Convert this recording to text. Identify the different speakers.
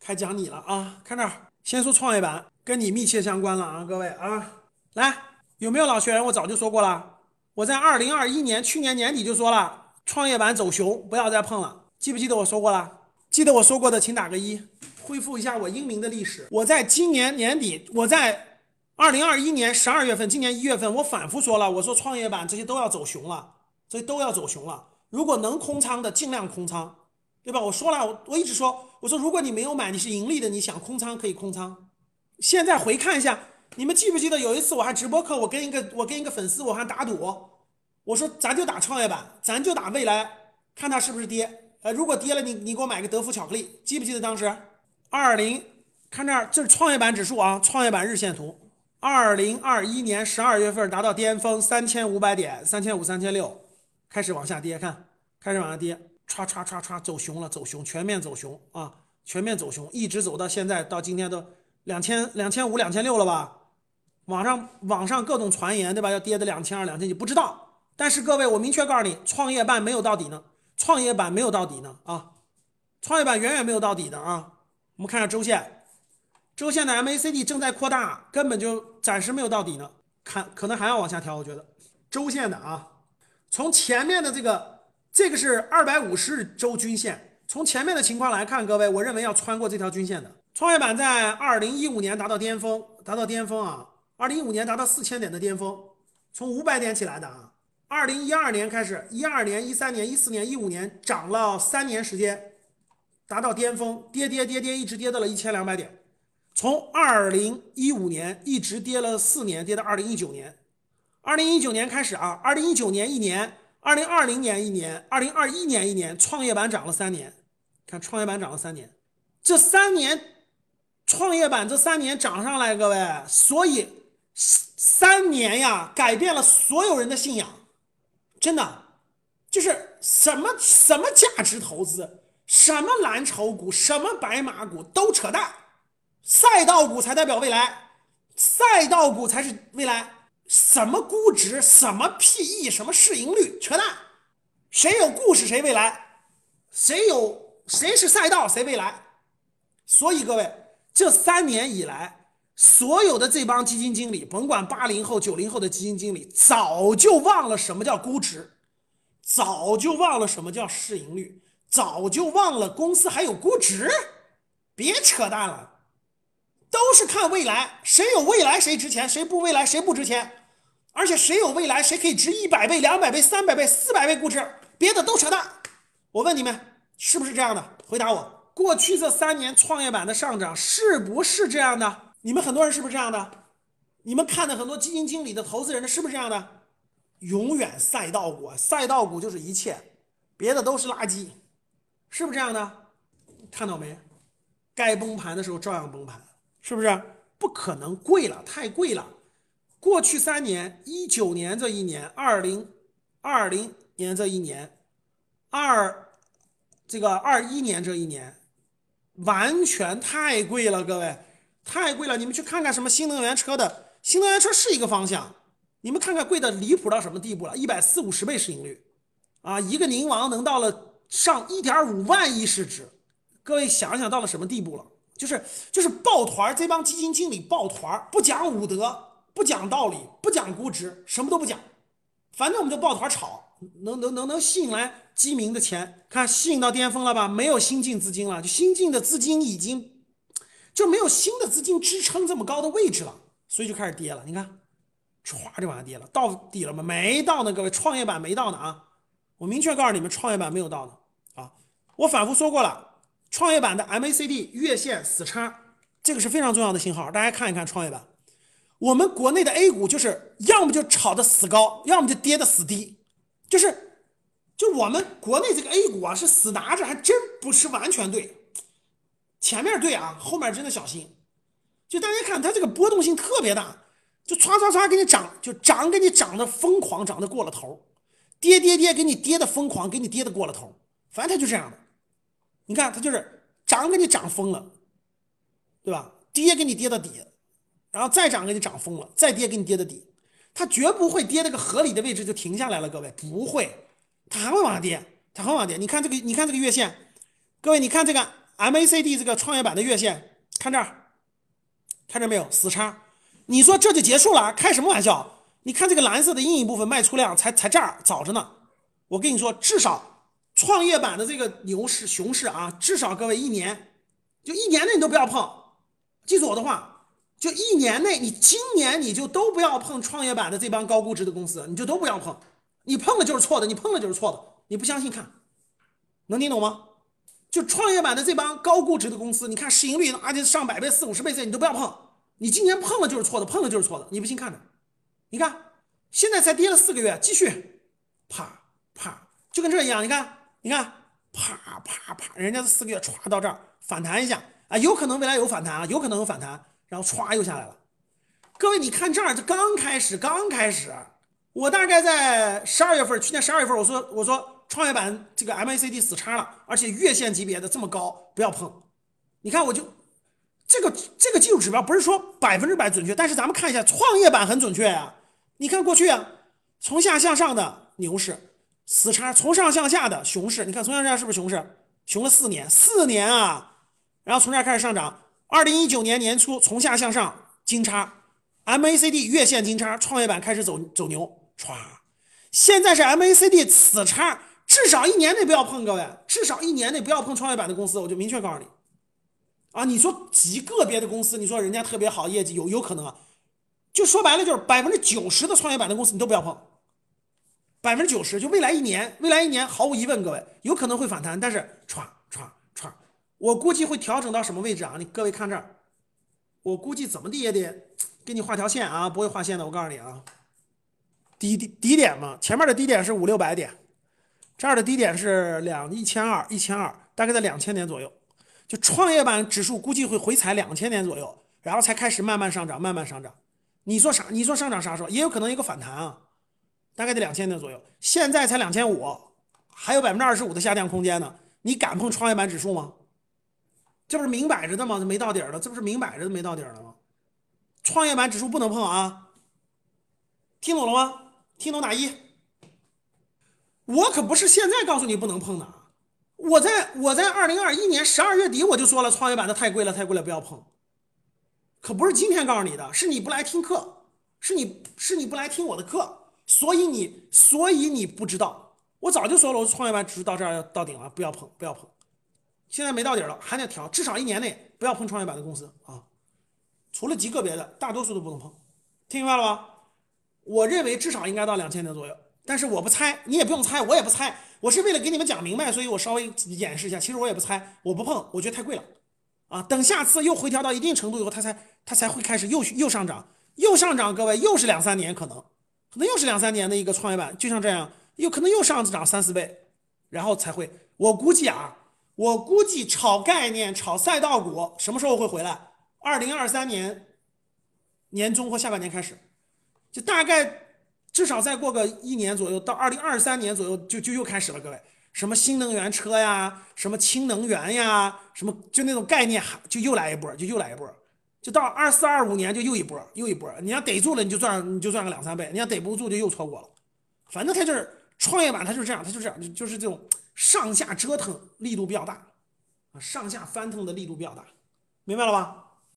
Speaker 1: 开讲你了啊！看这儿，先说创业板，跟你密切相关了啊，各位啊，来，有没有老学员？我早就说过了，我在2021年去年年底就说了，创业板走熊，不要再碰了。记不记得我说过了？记得我说过的，请打个一，恢复一下我英明的历史。我在今年年底，我在2021年12月份，今年1月份，我反复说了，我说创业板这些都要走熊了，这些都要走熊了。如果能空仓的，尽量空仓。对吧？我说了，我一直说，我说如果你没有买，你是盈利的，你想空仓可以空仓。现在回看一下，你们记不记得有一次我还直播课，我跟一个粉丝我还打赌，我说咱就打创业板，咱就打未来，看它是不是跌。如果跌了，你给我买个德芙巧克力，记不记得当时20看这儿，这是创业板指数啊，创业板日线图，2021年12月份达到巅峰3500点，3500、3600，开始往下跌，看，开始往下跌。唰唰唰唰走熊了，走熊，全面走熊啊，全面走熊，一直走到现在，到今天都2500、2600了吧？网上各种传言，对吧？要跌到2200、2000，不知道。但是各位，我明确告诉你，创业板没有到底呢，创业板没有到底呢啊，创业板远远没有到底的啊。我们看下周线，周线的 MACD 正在扩大，根本就暂时没有到底呢，可能还要往下调，我觉得。周线的啊，从前面的这个是250周均线，从前面的情况来看，各位，我认为要穿过这条均线的。创业板在2015年达到巅峰，啊，2015年达到4000点的巅峰，从500点起来的啊。2012年开始，12年、13年、14年、15年涨了3年时间，达到巅峰，跌，一直跌到了1200点。从2015年一直跌了4年，跌到2019年。2019年开始啊，2019年一年，2020年一年，2021年一年，创业板涨了3年。看创业板涨了3年，这3年创业板这3年涨上来，各位，所以3年呀，改变了所有人的信仰，真的就是什么价值投资，什么蓝筹股，什么白马股都扯淡，赛道股才代表未来，赛道股才是未来。什么估值，什么 PE，什么市盈率，扯淡！谁有故事谁未来，谁是赛道谁未来。所以各位，这3年以来，所有的这帮基金经理，甭管80后、90后的基金经理，早就忘了什么叫估值，早就忘了什么叫市盈率，早就忘了公司还有估值。别扯淡了，都是看未来，谁有未来谁值钱，谁不未来谁不值钱。而且谁有未来，谁可以值100倍、200倍、300倍、400倍估值，别的都扯淡。我问你们，是不是这样的？回答我，过去这3年创业板的上涨是不是这样的？你们很多人是不是这样的？你们看的很多基金经理的投资人的是不是这样的？永远赛道股，赛道股就是一切，别的都是垃圾，是不是这样的？看到没？该崩盘的时候照样崩盘，是不是？不可能，贵了，太贵了。过去3年，19年这一年，2020年这一年，21年这一年，完全太贵了，各位，太贵了。你们去看看什么新能源车的，新能源车是一个方向，你们看看贵的离谱到什么地步了，140、50倍市盈率啊，一个宁王能到了上1.5万亿市值，各位想想到了什么地步了？就是抱团，这帮基金经理抱团，不讲武德。不讲道理，不讲估值，什么都不讲，反正我们就抱团炒，能吸引来基民的钱，看吸引到巅峰了吧？没有新进资金了，就新进的资金已经就没有新的资金支撑这么高的位置了，所以就开始跌了。你看，歘就往下跌了，到底了吗？没到呢，各位，创业板没到呢啊！我明确告诉你们，创业板没有到呢啊！我反复说过了，创业板的 MACD 月线死叉，这个是非常重要的信号，大家看一看创业板。我们国内的 A 股就是要么就炒的死高，要么就跌的死低，就我们国内这个 A 股啊是死拿着，还真不是完全对，前面对啊，后面真的小心。就大家看它这个波动性特别大，就唰唰唰给你涨，就涨给你涨的疯狂，涨的过了头，跌给你跌的疯狂，给你跌的过了头，反正它就这样的。你看它就是涨给你涨疯了，对吧？跌给你跌到底。然后再涨给你涨疯了，再跌给你跌的底，它绝不会跌那个合理的位置就停下来了，各位不会，它还会往下跌，它还会往下跌。你看这个月线，各位你看这个 MACD 这个创业板的月线，看这儿，看着没有？死叉。你说这就结束了？开什么玩笑？你看这个蓝色的阴影部分卖出量才这儿早着呢。我跟你说，至少创业板的这个牛市熊市啊，至少各位一年，就一年内你都不要碰。记住我的话，就一年内，你今年你就都不要碰创业板的这帮高估值的公司，你就都不要碰。你碰了就是错的，你碰了就是错的。你不相信看，能听懂吗？就创业板的这帮高估值的公司，你看市盈率而且上100倍、40、50倍这你都不要碰。你今年碰了就是错的，碰了就是错的。你不信看着，你看现在才跌了4个月，继续啪啪，就跟这一样。你看，你看，啪啪啪，人家这4个月歘到这儿反弹一下啊，有可能未来有反弹啊，有可能有反弹，然后歘又下来了。各位，你看这儿，这刚开始，刚开始，我大概在12月份，去年12月份，我说创业板这个 MACD 死叉了，而且月线级别的这么高，不要碰。你看，我就这个技术指标不是说100%准确，但是咱们看一下创业板很准确呀、你看过去啊，从下向上的牛市死叉，从上向下的熊市，你看从上向下是不是熊市？熊了4年，4年啊，然后从这儿开始上涨。2019年年初从下向上金叉，MACD 月线金叉，创业板开始走牛，歘。现在是 MACD 死叉，至少一年内不要碰，各位，至少一年内不要碰创业板的公司，我就明确告诉你。啊，你说极个别的公司，你说人家特别好业绩，有可能啊，就说白了就是90%的创业板的公司你都不要碰，90%就未来一年，未来一年毫无疑问，各位有可能会反弹，但是歘歘歘，我估计会调整到什么位置啊？你各位看这儿，我估计怎么地也得给你画条线啊，不会画线的，我告诉你啊，低点嘛，前面的低点是500-600点，这儿的低点是1200，大概在2000点左右。就创业板指数估计会回踩2000点左右，然后才开始慢慢上涨，慢慢上涨。你说啥？你说上涨啥时候？也有可能一个反弹啊，大概在2000点左右。现在才2500，还有25%的下降空间呢。你敢碰创业板指数吗？这不是明摆着的吗？没到底儿了，这不是明摆着的没到底儿了吗？创业板指数不能碰啊！听懂了吗？听懂哪一？我可不是现在告诉你不能碰的啊！我在2021年12月底我就说了，创业板的太贵了，太贵了，不要碰。可不是今天告诉你的，是你不来听课，是你不来听我的课，所以你不知道。我早就说了，我创业板指数到这儿要到顶了，不要碰，不要碰。现在没到底了，还得调，至少一年内不要碰创业板的公司啊，除了极个别的，大多数都不能碰。听明白了吧？我认为至少应该到2000点左右，但是我不猜，你也不用猜，我也不猜，我是为了给你们讲明白，所以我稍微演示一下。其实我也不猜，我不碰，我觉得太贵了啊。等下次又回调到一定程度以后，它才会开始又上涨，又上涨，各位又是2-3年，可能又是2-3年的一个创业板，就像这样，有可能又上涨3-4倍，然后才会。我估计炒概念、炒赛道股什么时候会回来？2023年年中或下半年开始。就大概至少再过个1年左右，到2023年左右就又开始了，各位，什么新能源车呀，什么氢能源呀，什么就那种概念就又来一波，就又来一波，就到24、25年就又一波又一波，你要逮住了你就赚个2-3倍，你要逮不住就又错过了。反正它就是创业板，它就是这样，它就是这样，就是这种上下折腾力度比较大啊，上下翻腾的力度比较大，明白了吧？